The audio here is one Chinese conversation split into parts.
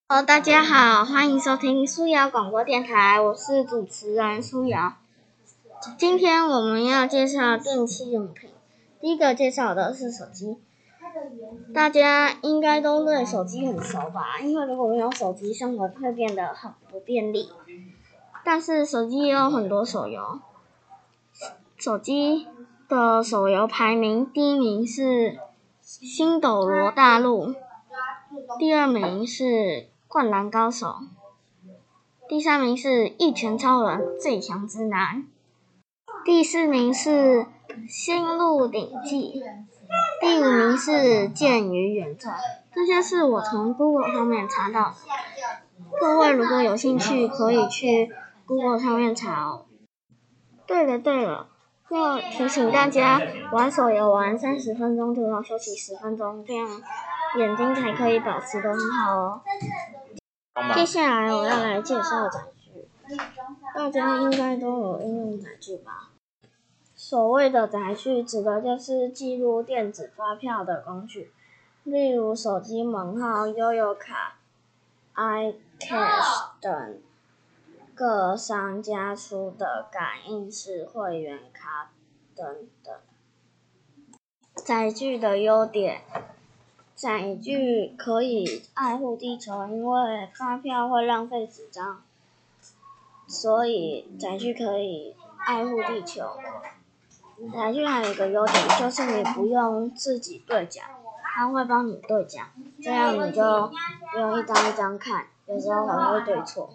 大家好，欢迎收听苏瑶广播电台，我是主持人苏瑶。今天我们要介绍电器用品，第一个介绍的是手机。大家应该都对手机很熟吧？因为如果没有手机，生活会变得很不便利。但是手机也有很多手游，手机的手游排名，第一名是星斗罗大陆，第二名是灌篮高手，第三名是一拳超人最强之男，第四名是星露鼎记，第五名是剑与远征。这些是我从 Google 上面查到的，各位如果有兴趣可以去 Google 上面查哦。对了，要提醒大家，玩手游玩30分钟就要休息10分钟，这样眼睛才可以保持得很好哦。接下来我要来介绍载具，大家应该都有应用载具吧？所谓的载具指的就是记录电子发票的工具，例如手机门号、悠游卡、iCash 等各商家出的感应式会员卡等等。载具的优点，载具可以爱护地球，因为发票会浪费纸张，所以载具可以爱护地球。载具还有一个优点，就是你不用自己对奖，它会帮你对奖，这样你就不用一张一张看，有时候还会对错。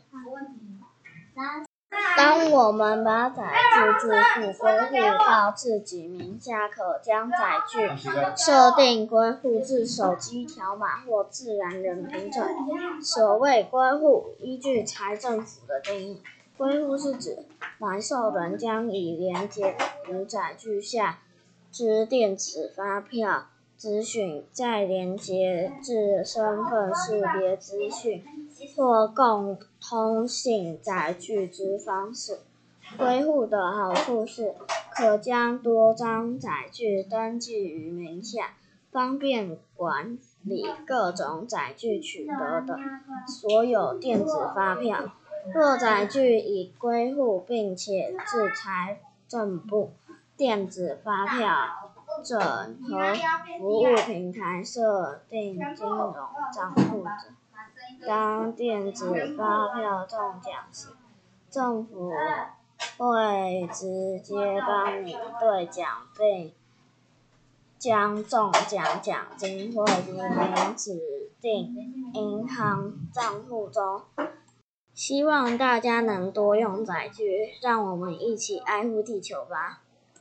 当我们把载具支付归户到自己名下，可将载具设定归户至手机条码或自然人凭证。所谓归户，依据财政府的定义，归户是指买受人将已连结于载具下之电子发票资讯，再连结至身份识别资讯或共通性载具之方式。归户的好处是，可将多张载具登记于名下，方便管理各种载具取得的所有电子发票。若载具已归户并且至财政部电子发票整合服务平台设定金融账户者，当电子发票中奖时，政府会直接帮你兑奖，并将中奖奖金汇入您指定银行账户中。希望大家能多用载具，让我们一起爱护地球吧。